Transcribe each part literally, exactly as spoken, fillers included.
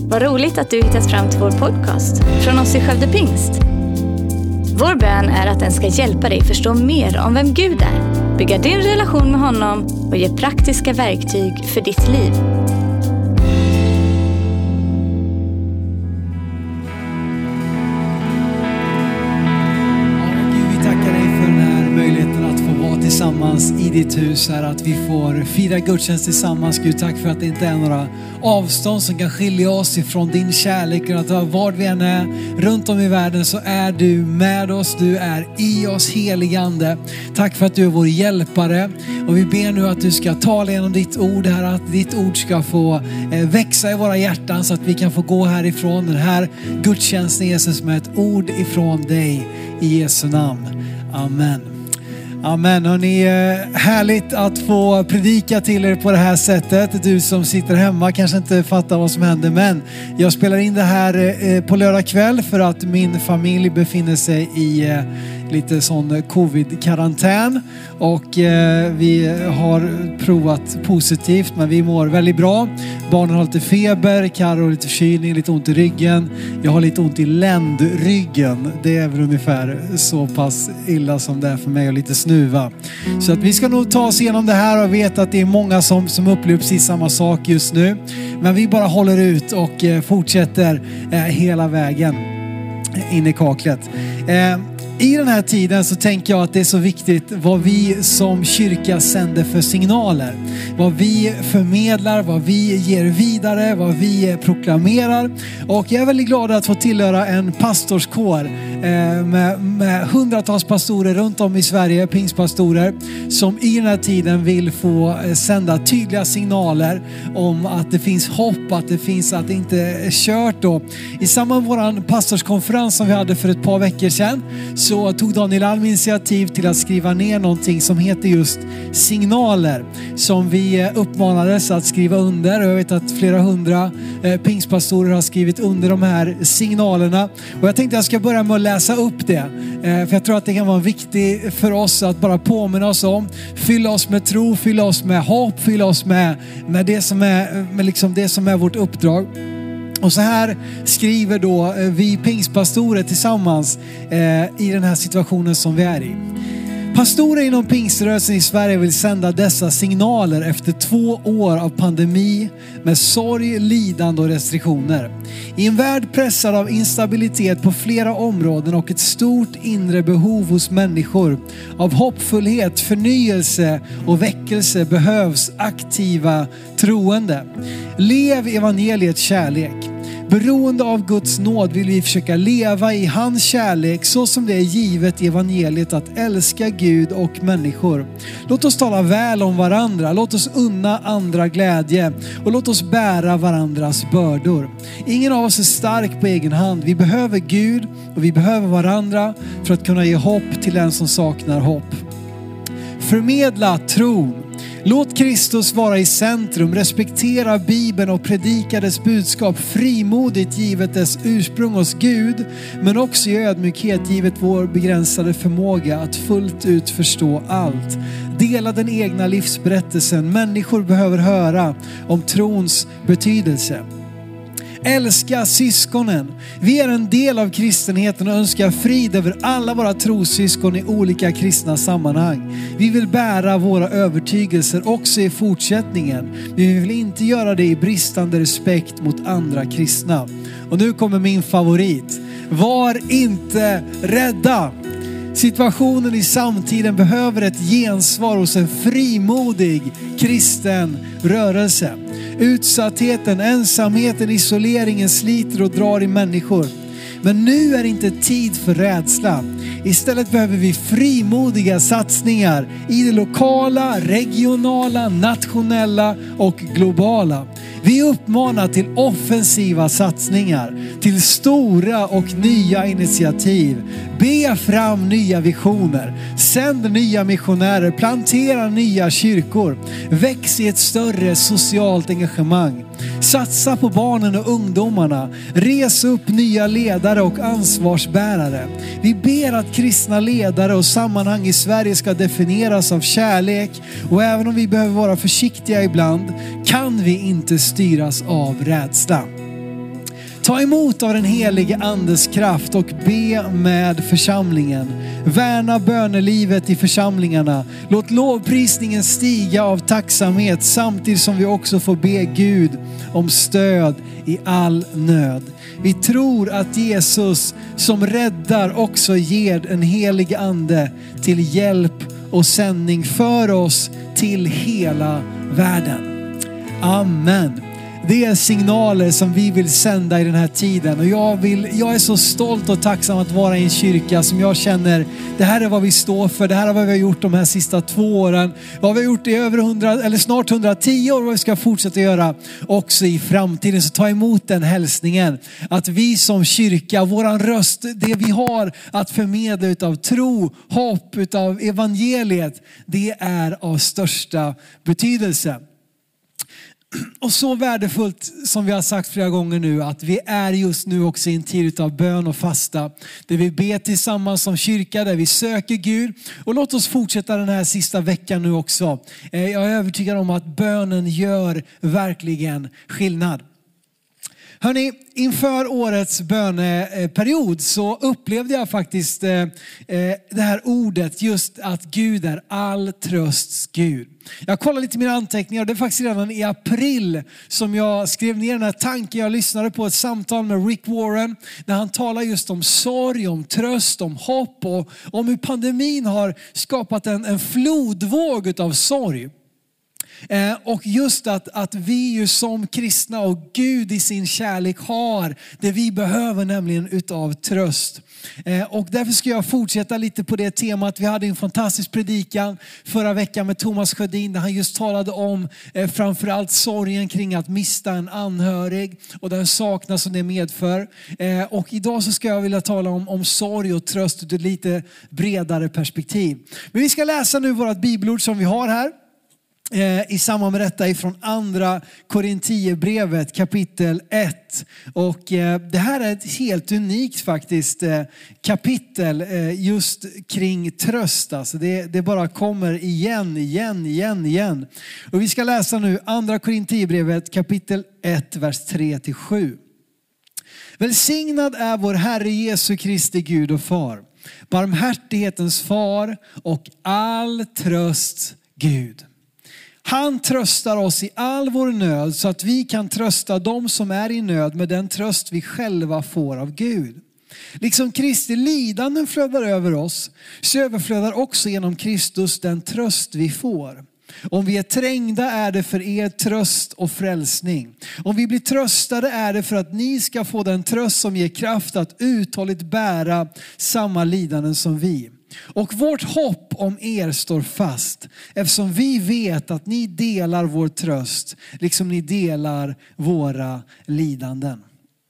Vad roligt att du hittat fram till vår podcast från oss i Skövde Pingst. Vår bön är att den ska hjälpa dig förstå mer om vem Gud är, bygga din relation med honom och ge praktiska verktyg för ditt liv. Tillsammans i ditt hus här, att vi får fira gudstjänst tillsammans. Gud, tack för att det inte är några avstånd som kan skilja oss ifrån din kärlek, och att var vi än är runt om i världen så är du med oss, du är i oss, helige Ande. Tack för att du är vår hjälpare, och vi ber nu att du ska tala genom ditt ord här, att ditt ord ska få växa i våra hjärtan så att vi kan få gå härifrån den här gudstjänsten, Jesus, med ett ord ifrån dig i Jesu namn. Amen. Amen. Hörrni, härligt att få predika till er på det här sättet. Du som sitter hemma kanske inte fattar vad som händer, men jag spelar in det här på lördag kväll för att min familj befinner sig i lite sån covid-karantän, och eh, vi har provat positivt, men vi mår väldigt bra. Barnen har lite feber, Karo har lite förkylning, lite ont i ryggen. Jag har lite ont i ländryggen. Det är väl ungefär så pass illa som det är för mig, och lite snuva. Så att vi ska nog ta oss igenom det här, och vet att det är många som, som upplever precis samma sak just nu. Men vi bara håller ut och eh, fortsätter eh, hela vägen in i kaklet. Eh, I den här tiden så tänker jag att det är så viktigt vad vi som kyrka sänder för signaler. Vad vi förmedlar, vad vi ger vidare, vad vi proklamerar. Och jag är väldigt glad att få tillhöra en pastorskår med, med hundratals pastorer runt om i Sverige, pingstpastorer, som i den här tiden vill få sända tydliga signaler om att det finns hopp, att det finns, att det inte är kört då. I samband med våran pastorskonferens som vi hade för ett par veckor sedan, så tog Daniel Alm initiativ till att skriva ner någonting som heter just signaler, som vi uppmanades att skriva under. Jag vet att flera hundra eh, pingstpastorer har skrivit under de här signalerna, och jag tänkte att jag ska börja med att läsa upp det, eh, för jag tror att det kan vara viktigt för oss att bara påminna oss om, fylla oss med tro, fylla oss med hopp, fylla oss med, med, det, som är, med liksom det som är vårt uppdrag. Och så här skriver då vi pingstpastorer tillsammans eh, i den här situationen som vi är i. Pastorer inom pingströrelsen i Sverige vill sända dessa signaler efter två år av pandemi med sorg, lidande och restriktioner. I en värld pressad av instabilitet på flera områden och ett stort inre behov hos människor av hoppfullhet, förnyelse och väckelse behövs aktiva troende. Lev evangeliets kärlek. Beroende av Guds nåd vill vi försöka leva i hans kärlek så som det är givet i evangeliet, att älska Gud och människor. Låt oss tala väl om varandra, låt oss unna andra glädje och låt oss bära varandras bördor. Ingen av oss är stark på egen hand. Vi behöver Gud och vi behöver varandra för att kunna ge hopp till den som saknar hopp. Förmedla tron. Låt Kristus vara i centrum, respektera Bibeln och predika dess budskap frimodigt givet dess ursprung hos Gud, men också i ödmjukhet givet vår begränsade förmåga att fullt ut förstå allt. Dela den egna livsberättelsen. Människor behöver höra om trons betydelse. Älska syskonen. Vi är en del av kristenheten och önskar frid över alla våra trossyskon i olika kristna sammanhang. Vi vill bära våra övertygelser också i fortsättningen. Vi vill inte göra det i bristande respekt mot andra kristna. Och nu kommer min favorit. Var inte rädda. Situationen i samtiden behöver ett gensvar hos en frimodig kristen rörelse. Utsattheten, ensamheten, isoleringen sliter och drar i människor. Men nu är inte tid för rädsla. Istället behöver vi frimodiga satsningar i det lokala, regionala, nationella och globala. Vi uppmanar till offensiva satsningar, till stora och nya initiativ. Be fram nya visioner, sänd nya missionärer, plantera nya kyrkor, väx i ett större socialt engagemang. Satsa på barnen och ungdomarna, res upp nya ledare och ansvarsbärare. Vi ber att kristna ledare och sammanhang i Sverige ska definieras av kärlek, och även om vi behöver vara försiktiga ibland kan vi inte styras av rädsla. Ta emot av den helige andes kraft och be med församlingen. Värna bönelivet i församlingarna. Låt lovprisningen stiga av tacksamhet samtidigt som vi också får be Gud om stöd i all nöd. Vi tror att Jesus som räddar också ger en helig ande till hjälp och sändning för oss till hela världen. Amen. Det är signaler som vi vill sända i den här tiden. Och jag, vill, jag är så stolt och tacksam att vara i en kyrka som jag känner, det här är vad vi står för. Det här är vad vi har gjort de här sista två åren. Vad vi har gjort i över hundra, eller snart hundratio år, vad vi ska fortsätta göra också i framtiden. Så ta emot den hälsningen. Att vi som kyrka, våran röst, det vi har att förmedla utav tro, hopp, utav evangeliet, det är av största betydelse. Och så värdefullt som vi har sagt flera gånger nu, att vi är just nu också i en tid av bön och fasta. Där vi ber tillsammans som kyrka, där vi söker Gud. Och låt oss fortsätta den här sista veckan nu också. Jag är övertygad om att bönen gör verkligen skillnad. Hörrni, inför årets böneperiod så upplevde jag faktiskt eh, det här ordet, just att Gud är all trösts Gud. Jag kollade lite mina anteckningar och det är faktiskt redan i april som jag skrev ner den här tanken. Jag lyssnade på ett samtal med Rick Warren där han talar just om sorg, om tröst, om hopp och om hur pandemin har skapat en, en flodvåg av sorg. Eh, och just att, att vi ju som kristna och Gud i sin kärlek har det vi behöver, nämligen utav tröst. Eh, och därför ska jag fortsätta lite på det temat. Vi hade en fantastisk predikan förra veckan med Thomas Sjödin där han just talade om eh, framförallt sorgen kring att mista en anhörig och den saknad som det medför. Eh, och idag så ska jag vilja tala om, om sorg och tröst ur ett lite bredare perspektiv. Men vi ska läsa nu vårt bibelord som vi har här. I samband med detta ifrån andra Korintierbrevet kapitel ett. Och det här är ett helt unikt faktiskt kapitel just kring tröst. Alltså det, det bara kommer igen, igen, igen, igen. Och vi ska läsa nu andra Korintierbrevet kapitel ett, vers tre till sju. Välsignad är vår Herre Jesu Kristi Gud och Far, barmhärtighetens far och all tröst Gud. Han tröstar oss i all vår nöd så att vi kan trösta dem som är i nöd med den tröst vi själva får av Gud. Liksom Kristi lidanden flödar över oss, så överflödar också genom Kristus den tröst vi får. Om vi är trängda är det för er tröst och frälsning. Om vi blir tröstade är det för att ni ska få den tröst som ger kraft att uthålligt bära samma lidanden som vi. Och vårt hopp om er står fast, eftersom vi vet att ni delar vår tröst, liksom ni delar våra lidanden.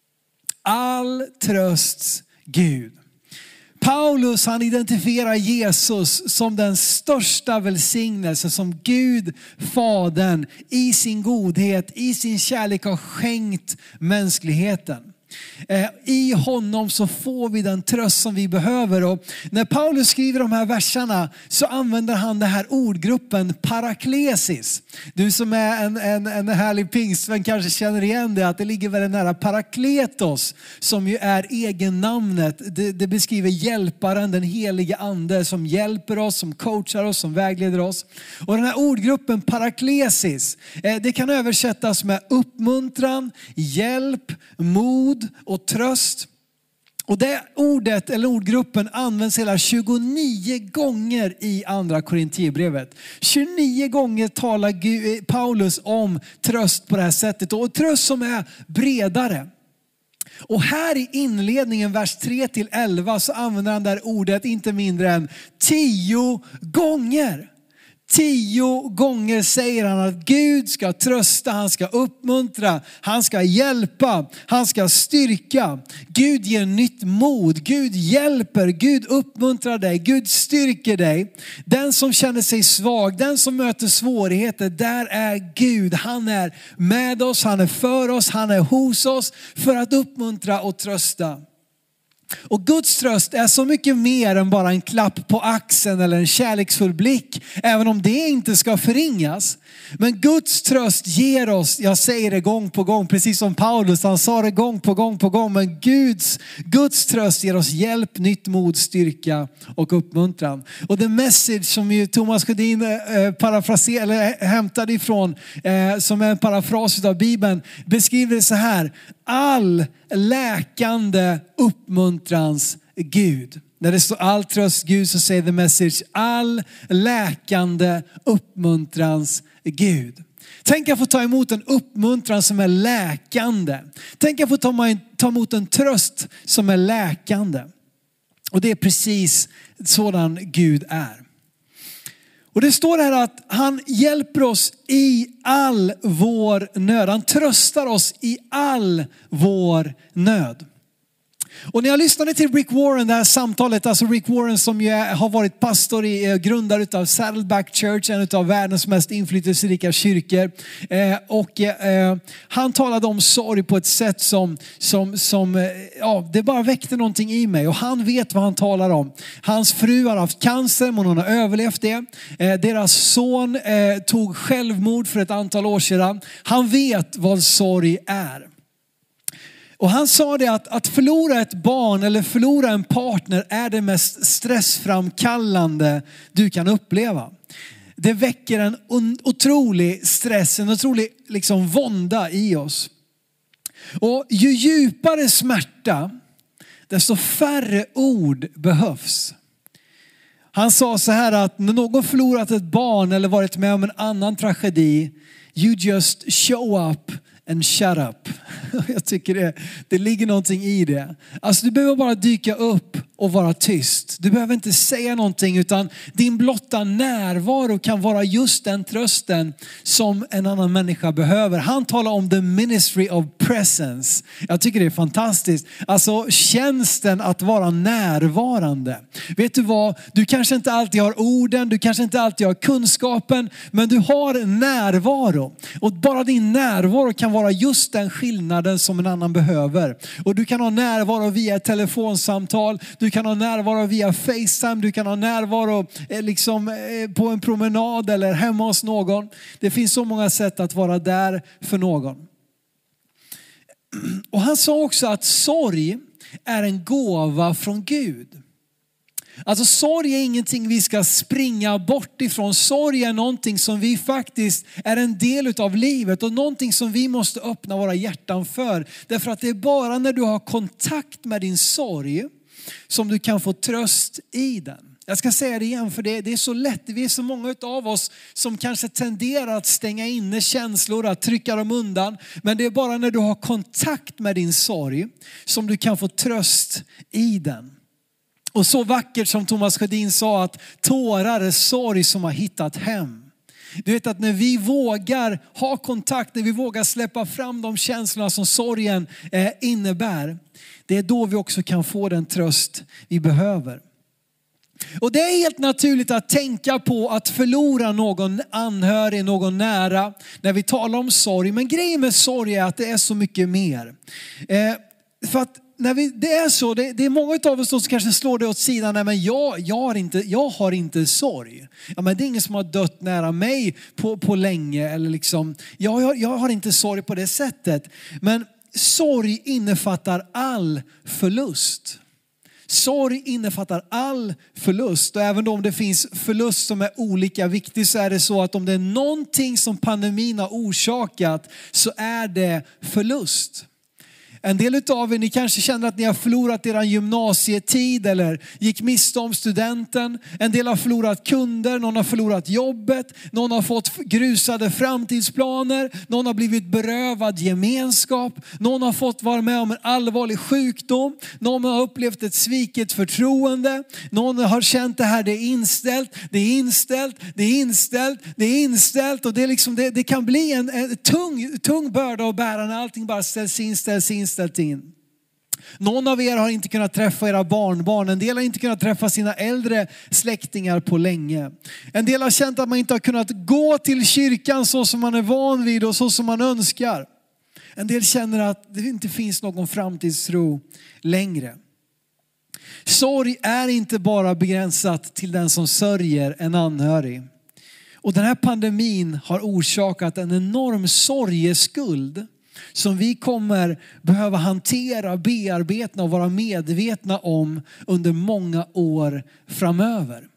All trösts Gud. Paulus, han identifierar Jesus som den största välsignelse som Gud, Fadern, i sin godhet, i sin kärlek har skänkt mänskligheten. I honom så får vi den tröst som vi behöver. Och när Paulus skriver de här verserna så använder han den här ordgruppen paraklesis. Du som är en, en, en härlig pingstvän kanske känner igen det, att det ligger väldigt nära parakletos, som ju är egennamnet. Det, det beskriver hjälparen, den helige ande som hjälper oss, som coachar oss, som vägleder oss. Och den här ordgruppen paraklesis, det kan översättas med uppmuntran, hjälp, mod och tröst. Och det ordet eller ordgruppen används hela tjugonio gånger i andra Korintierbrevet. tjugonio gånger talar Paulus om tröst på det här sättet, och tröst som är bredare. Och här i inledningen, vers tre till elva, så använder han det här ordet inte mindre än tio gånger. Tio gånger säger han att Gud ska trösta, han ska uppmuntra, han ska hjälpa, han ska styrka. Gud ger nytt mod, Gud hjälper, Gud uppmuntrar dig, Gud styrker dig. Den som känner sig svag, den som möter svårigheter, där är Gud. Han är med oss, han är för oss, han är hos oss för att uppmuntra och trösta. Och Guds tröst är så mycket mer än bara en klapp på axeln eller en kärleksfull blick. Även om det inte ska förringas. Men Guds tröst ger oss, jag säger det gång på gång, precis som Paulus, han sa det gång på gång på gång. Men Guds, Guds tröst ger oss hjälp, nytt mod, styrka och uppmuntran. Och the message som ju Thomas Sjödin eh, parafraser, eller hämtade ifrån, eh, som är en parafras av Bibeln, beskriver det så här: all läkande uppmuntrans Gud. När det står all tröst Gud, så säger the message all läkande uppmuntrans Gud. Tänk att få ta emot en uppmuntran som är läkande. Tänk att få ta, ta emot en tröst som är läkande. Och det är precis sådan Gud är. Och det står här att han hjälper oss i all vår nöd. Han tröstar oss i all vår nöd. Och när jag lyssnade till Rick Warren, det här samtalet, alltså Rick Warren som ju är, har varit pastor i, grundare utav Saddleback Church, en av världens mest inflytelserika kyrkor. Eh, och eh, han talade om sorg på ett sätt som, som, som eh, ja, det bara väckte någonting i mig. Och han vet vad han talar om. Hans fru har haft cancer, men hon har överlevt det. Eh, deras son eh, tog självmord för ett antal år sedan. Han vet vad sorg är. Och han sa det att, att förlora ett barn eller förlora en partner är det mest stressframkallande du kan uppleva. Det väcker en otrolig stress, en otrolig liksom vånda i oss. Och ju djupare smärta, desto färre ord behövs. Han sa så här att när någon förlorat ett barn eller varit med om en annan tragedi, you just show up and shut up. Jag tycker det, det ligger någonting i det. Alltså du behöver bara dyka upp och vara tyst. Du behöver inte säga någonting, utan din blotta närvaro kan vara just den trösten som en annan människa behöver. Han talar om the ministry of presence. Jag tycker det är fantastiskt. Alltså tjänsten att vara närvarande. Vet du vad? Du kanske inte alltid har orden, du kanske inte alltid har kunskapen, men du har närvaro. Och bara din närvaro kan vara just den skillnaden som en annan behöver. Och du kan ha närvaro via ett telefonsamtal, du kan ha närvaro via FaceTime, du kan ha närvaro eh, liksom, eh, på en promenad eller hemma hos någon. Det finns så många sätt att vara där för någon. Och han sa också att sorg är en gåva från Gud. Alltså sorg är ingenting vi ska springa bort ifrån. Sorg är någonting som vi faktiskt är en del av livet och någonting som vi måste öppna våra hjärtan för. Därför att det är bara när du har kontakt med din sorg som du kan få tröst i den. Jag ska säga det igen, för det, det är så lätt. Vi är så många av oss som kanske tenderar att stänga inne känslor, att trycka dem undan. Men det är bara när du har kontakt med din sorg som du kan få tröst i den. Och så vackert som Thomas Sjödin sa, att tårar är sorg som har hittat hem. Du vet att när vi vågar ha kontakt, när vi vågar släppa fram de känslorna som sorgen eh, innebär, det är då vi också kan få den tröst vi behöver. Och det är helt naturligt att tänka på att förlora någon anhörig, någon nära när vi talar om sorg. Men grejen med sorg är att det är så mycket mer. Eh, för att när vi, det är så, det, det är många av oss som kanske slår det åt sidan. Nej, men jag, jag, har inte, jag har inte sorg. Ja, men det är ingen som har dött nära mig på, på länge. Eller liksom, jag, jag, jag har inte sorg på det sättet. Men sorg innefattar all förlust. Sorg innefattar all förlust. Och även om det finns förlust som är olika viktig, så är det så att om det är någonting som pandemin har orsakat, så är det förlust. En del utav er, ni kanske känner att ni har förlorat er gymnasietid eller gick miste om studenten. En del har förlorat kunder, någon har förlorat jobbet, någon har fått grusade framtidsplaner, någon har blivit berövad gemenskap, någon har fått vara med om en allvarlig sjukdom, någon har upplevt ett sviket förtroende, någon har känt det här, det är inställt, det är inställt, det är inställt, det är inställt och det, är liksom, det, det kan bli en, en tung, tung börda att bära när allting bara ställs in, ställs in, ställt in. Någon av er har inte kunnat träffa era barnbarn. En del har inte kunnat träffa sina äldre släktingar på länge. En del har känt att man inte har kunnat gå till kyrkan så som man är van vid och så som man önskar. En del känner att det inte finns någon framtidstro längre. Sorg är inte bara begränsat till den som sörjer en anhörig. Och den här pandemin har orsakat en enorm sorgeskuld som vi kommer behöva hantera, bearbeta och vara medvetna om under många år framöver.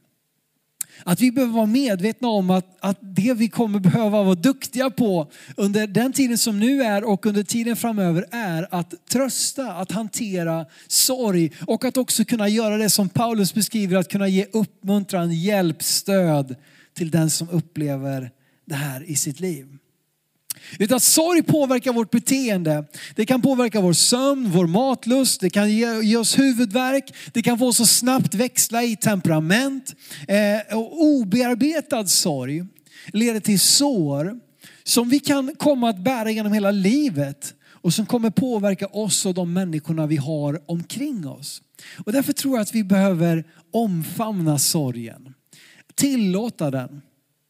Att vi behöver vara medvetna om att, att det vi kommer behöva vara duktiga på under den tiden som nu är och under tiden framöver är att trösta, att hantera sorg och att också kunna göra det som Paulus beskriver, att kunna ge uppmuntran, hjälp, stöd till den som upplever det här i sitt liv. Utan att sorg påverkar vårt beteende. Det kan påverka vår sömn, vår matlust. Det kan ge, ge oss huvudvärk. Det kan få oss att snabbt växla i temperament. Eh, och obearbetad sorg leder till sår som vi kan komma att bära genom hela livet. Och som kommer påverka oss och de människorna vi har omkring oss. Och därför tror jag att vi behöver omfamna sorgen. Tillåta den.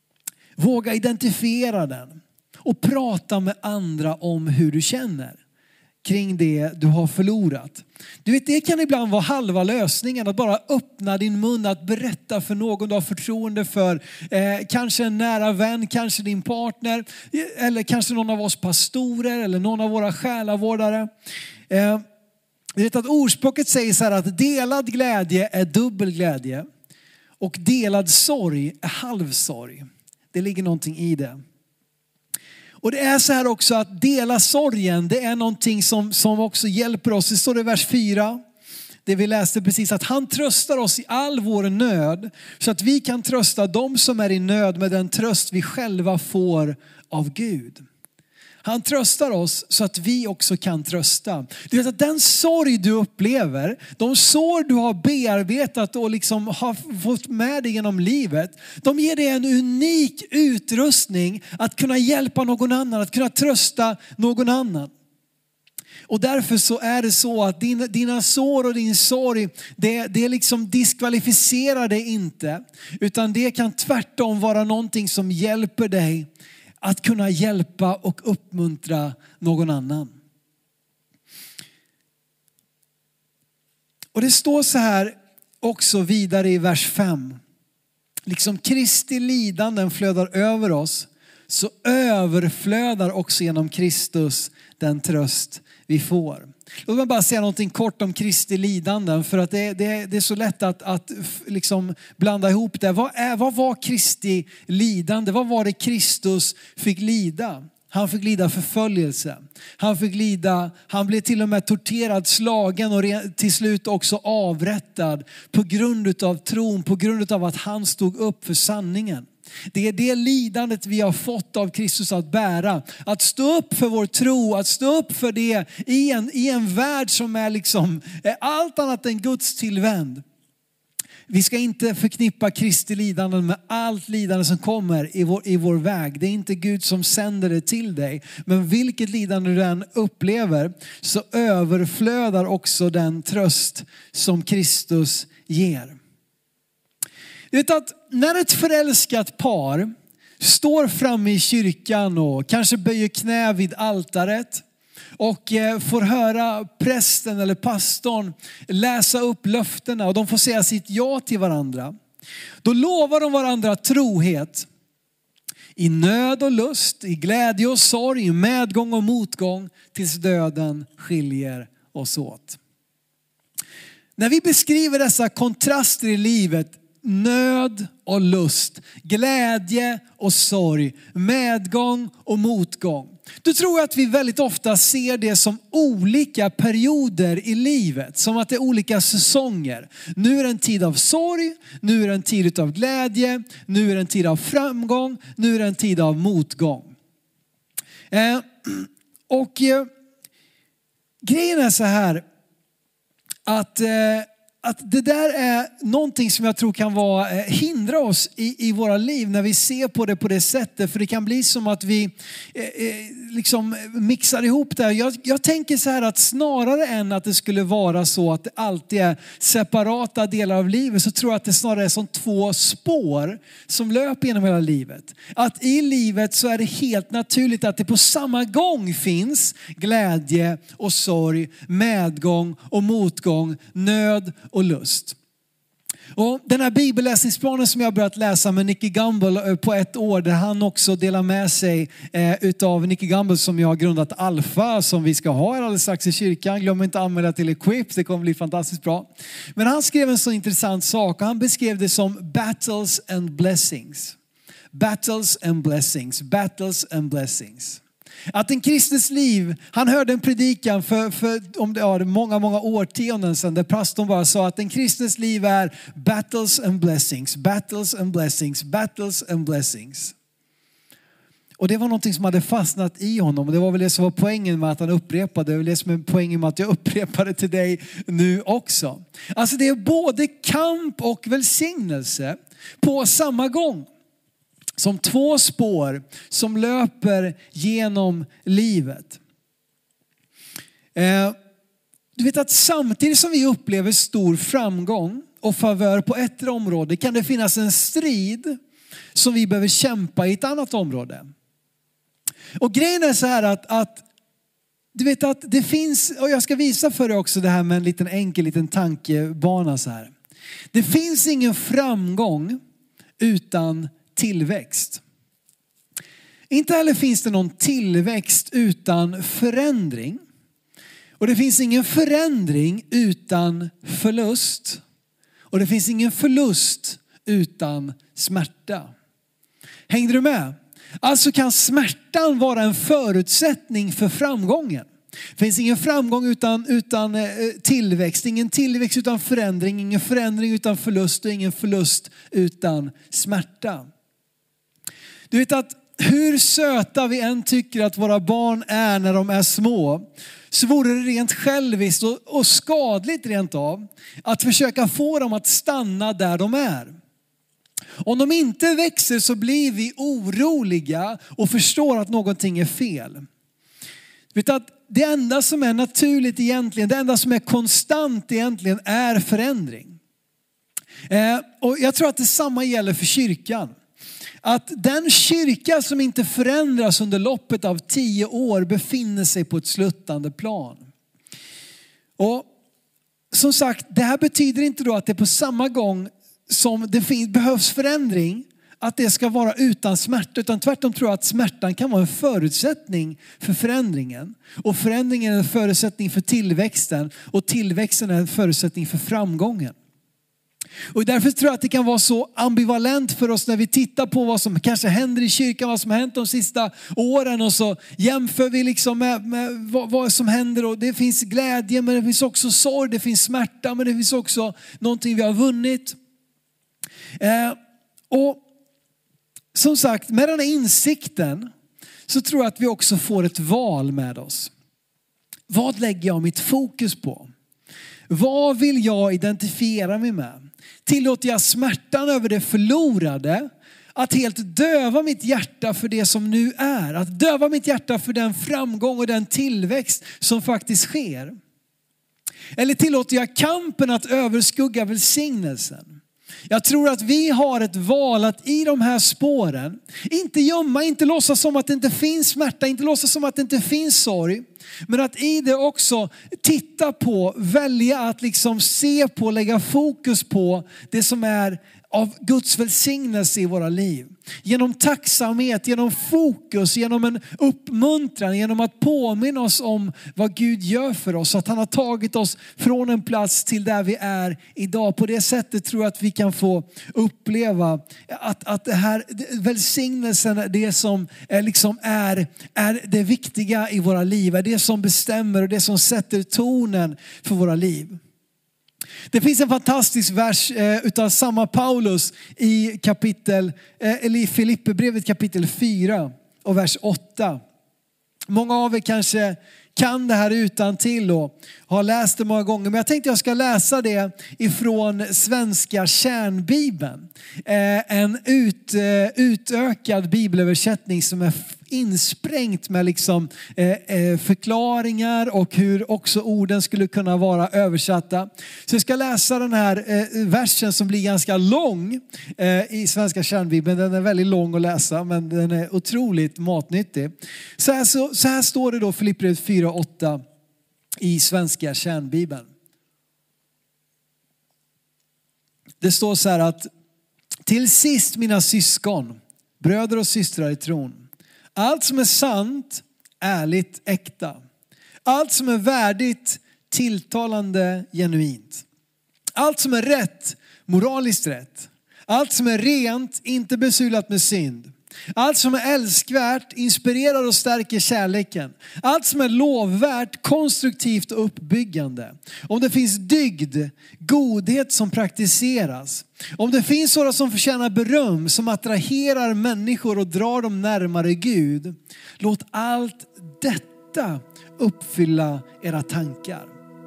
Våga identifiera den. Och prata med andra om hur du känner kring det du har förlorat. Du vet, det kan ibland vara halva lösningen. Att bara öppna din mun, att berätta för någon du har förtroende för. Eh, kanske en nära vän, kanske din partner. Eller kanske någon av oss pastorer eller någon av våra själavårdare. Eh, du vet att ordspråket säger så här att delad glädje är dubbel glädje. Och delad sorg är halvsorg. Det ligger någonting i det. Och det är så här också att dela sorgen, det är någonting som, som också hjälper oss. Det står i vers fyra, det vi läste precis, att han tröstar oss i all vår nöd. Så att vi kan trösta dem som är i nöd med den tröst vi själva får av Gud. Han tröstar oss så att vi också kan trösta. Du vet att den sorg du upplever, de sår du har bearbetat och liksom har fått med dig genom livet, de ger dig en unik utrustning att kunna hjälpa någon annan, att kunna trösta någon annan. Och därför så är det så att dina, dina sår och din sorg, det, det liksom diskvalificerar dig inte. Utan det kan tvärtom vara någonting som hjälper dig att kunna hjälpa och uppmuntra någon annan. Och det står så här också vidare i vers fem. Liksom Kristi lidanden flödar över oss, så överflödar också genom Kristus den tröst vi får. Låt mig bara säga någonting kort om Kristi lidanden, för att det, det, det är så lätt att, att liksom blanda ihop det. Vad, är, vad var Kristi lidande? Vad var det Kristus fick lida? Han fick lida förföljelse. Han fick lida, han blev till och med torterad, slagen och till slut också avrättad på grund av tron, på grund av att han stod upp för sanningen. Det är det lidandet vi har fått av Kristus att bära. Att stå upp för vår tro, att stå upp för det i en, i en värld som är liksom är allt annat än Guds tillvänd. Vi ska inte förknippa Kristi lidanden med allt lidande som kommer i vår, i vår väg. Det är inte Gud som sänder det till dig. Men vilket lidande du än upplever, så överflödar också den tröst som Kristus ger. Du vet att när ett förälskat par står framme i kyrkan och kanske böjer knä vid altaret och får höra prästen eller pastorn läsa upp löftena och de får säga sitt ja till varandra. Då lovar de varandra trohet i nöd och lust, i glädje och sorg, i medgång och motgång, tills döden skiljer oss åt. När vi beskriver dessa kontraster i livet, nöd och lust, glädje och sorg, medgång och motgång, då tror jag att vi väldigt ofta ser det som olika perioder i livet. Som att det är olika säsonger. Nu är det en tid av sorg, nu är det en tid av glädje, nu är det en tid av framgång, nu är det en tid av motgång. Eh, och eh, grejen är så här att... Eh, Att det där är någonting som jag tror kan vara, hindra oss i, i våra liv när vi ser på det på det sättet. För det kan bli som att vi eh, liksom mixar ihop det. Jag, jag tänker så här att snarare än att det skulle vara så att det alltid är separata delar av livet, så tror jag att det snarare är som två spår som löper genom hela livet. Att i livet så är det helt naturligt att det på samma gång finns glädje och sorg, medgång och motgång, nöd och lust. Och den här bibelläsningsplanen som jag har börjat läsa med Nicky Gumbel på ett år, där han också delar med sig eh, utav Nicky Gumbel som jag har grundat Alfa, som vi ska ha alldeles strax i kyrkan. Glöm inte att anmäla till Equip, det kommer bli fantastiskt bra. Men han skrev en så intressant sak och han beskrev det som battles and blessings. Battles and blessings, battles and blessings. Att en kristens liv, han hörde en predikan för, för om det, ja, många, många årtionden sedan där pastorn bara sa att en kristens liv är battles and blessings, battles and blessings, battles and blessings. Och det var någonting som hade fastnat i honom och det var väl det som var poängen med att han upprepade. Det var det som är poängen med att jag upprepade till dig nu också. Alltså det är både kamp och välsignelse på samma gång. Som två spår som löper genom livet. Eh, du vet att samtidigt som vi upplever stor framgång och favör på ett område kan det finnas en strid som vi behöver kämpa i ett annat område. Och grejen är så här att, att du vet att det finns, och jag ska visa för dig också det här med en liten enkel liten tankebana så här. Det finns ingen framgång utan tillväxt. Inte heller finns det någon tillväxt utan förändring. Och det finns ingen förändring utan förlust. Och det finns ingen förlust utan smärta. Hängde du med? Alltså kan smärtan vara en förutsättning för framgången. Det finns ingen framgång utan, utan tillväxt. Ingen tillväxt utan förändring. Ingen förändring utan förlust. Och ingen förlust utan smärta. Du vet att hur söta vi än tycker att våra barn är när de är små, så vore det rent själviskt och, och skadligt rent av att försöka få dem att stanna där de är. Om de inte växer så blir vi oroliga och förstår att någonting är fel. Du vet att det enda som är naturligt egentligen, det enda som är konstant egentligen är förändring. Eh, och jag tror att detsamma gäller för kyrkan. Att den kyrka som inte förändras under loppet av tio år befinner sig på ett sluttande plan. Och som sagt, det här betyder inte då att det på samma gång som det finns, behövs förändring, att det ska vara utan smärta. Utan tvärtom tror jag att smärtan kan vara en förutsättning för förändringen. Och förändringen är en förutsättning för tillväxten. Och tillväxten är en förutsättning för framgången. Och därför tror jag att det kan vara så ambivalent för oss när vi tittar på vad som kanske händer i kyrkan, vad som har hänt de sista åren, och så jämför vi liksom med, med vad, vad som händer, och det finns glädje men det finns också sorg, det finns smärta men det finns också någonting vi har vunnit. Eh, och som sagt, med den här insikten så tror jag att vi också får ett val med oss. Vad lägger jag mitt fokus på? Vad vill jag identifiera mig med? Tillåter jag smärtan över det förlorade att helt döva mitt hjärta för det som nu är? Att döva mitt hjärta för den framgång och den tillväxt som faktiskt sker? Eller tillåter jag kampen att överskugga välsignelsen? Jag tror att vi har ett val att i de här spåren inte gömma, inte låtsas som att det inte finns smärta, inte låtsas som att det inte finns sorg. Men att i det också titta på, välja att liksom se på, lägga fokus på det som är av Guds välsignelse i våra liv. Genom tacksamhet, genom fokus, genom en uppmuntran, genom att påminna oss om vad Gud gör för oss. Att han har tagit oss från en plats till där vi är idag. På det sättet tror jag att vi kan få uppleva att, att det här välsignelsen, det som är, liksom är, är det viktiga i våra liv. Är det som bestämmer och det som sätter tonen för våra liv. Det finns en fantastisk vers eh, utav samma Paulus i kapitel eh, eller i Filipperbrevet kapitel fyra och vers åtta. Många av er kanske kan det här utan till och har läst det många gånger, men jag tänkte jag ska läsa det ifrån svenska kärnbibeln. Eh, en ut, eh, utökad bibelöversättning som är insprängt med liksom, eh, förklaringar och hur också orden skulle kunna vara översatta. Så jag ska läsa den här eh, versen som blir ganska lång eh, i svenska kärnbibeln. Den är väldigt lång att läsa, men den är otroligt matnyttig. Så här, så, så här står det då, Filipperbrevet fyra åtta i svenska kärnbibeln. Det står så här att till sist mina syskon, bröder och systrar i tron. Allt som är sant, ärligt, äkta. Allt som är värdigt, tilltalande, genuint. Allt som är rätt, moraliskt rätt. Allt som är rent, inte besulat med synd. Allt som är älskvärt, inspirerar och stärker kärleken. Allt som är lovvärt, konstruktivt och uppbyggande. Om det finns dygd, godhet som praktiseras. Om det finns sådana som förtjänar beröm, som attraherar människor och drar dem närmare Gud. Låt allt detta uppfylla era tankar.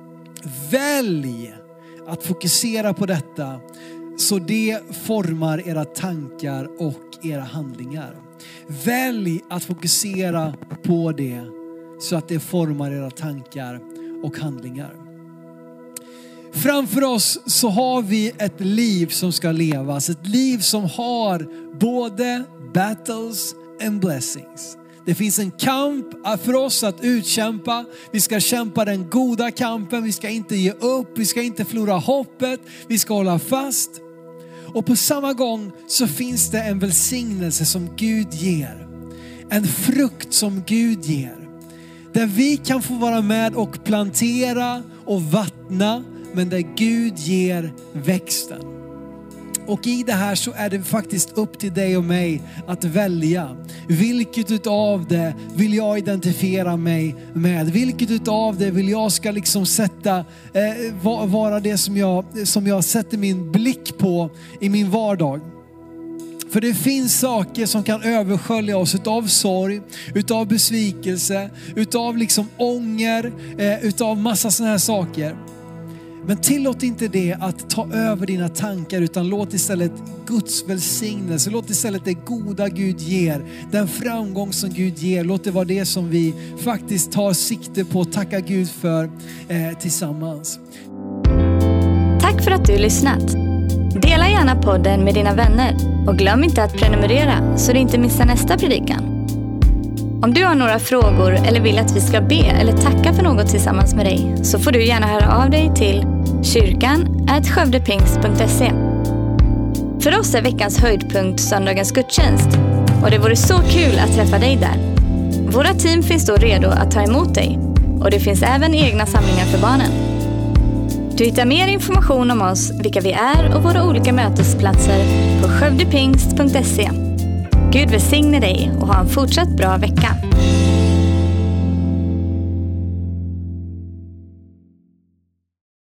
Välj att fokusera på detta, så det formar era tankar och era handlingar. Välj att fokusera på det, så att det formar era tankar och handlingar. Framför oss så har vi ett liv som ska levas. Ett liv som har både battles and blessings. Det finns en kamp för oss att utkämpa. Vi ska kämpa den goda kampen. Vi ska inte ge upp. Vi ska inte förlora hoppet. Vi ska hålla fast. Och på samma gång så finns det en välsignelse som Gud ger. En frukt som Gud ger. Där vi kan få vara med och plantera och vattna. Men där Gud ger växten. Och i det här så är det faktiskt upp till dig och mig att välja. Vilket utav det vill jag identifiera mig med? Vilket utav det vill jag ska liksom sätta, eh, vara det som jag, som jag sätter min blick på i min vardag? För det finns saker som kan överskölja oss utav sorg, utav besvikelse, utav liksom ånger, eh, utav massa såna här saker. Men tillåt inte det att ta över dina tankar, utan låt istället Guds välsignelse, låt istället det goda Gud ger, den framgång som Gud ger, låt det vara det som vi faktiskt tar sikte på att tacka Gud för eh, tillsammans. Tack för att du lyssnat. Dela gärna podden med dina vänner och glöm inte att prenumerera så du inte missar nästa predikan. Om du har några frågor eller vill att vi ska be eller tacka för något tillsammans med dig, så får du gärna höra av dig till kyrkan at skövdepingst punkt se. För oss är veckans höjdpunkt söndagens gudstjänst, och det vore så kul att träffa dig där. Våra team finns då redo att ta emot dig, och det finns även egna samlingar för barnen. Du hittar mer information om oss, vilka vi är och våra olika mötesplatser på skövdepingst punkt se. Gud välsigne dig och ha en fortsatt bra vecka.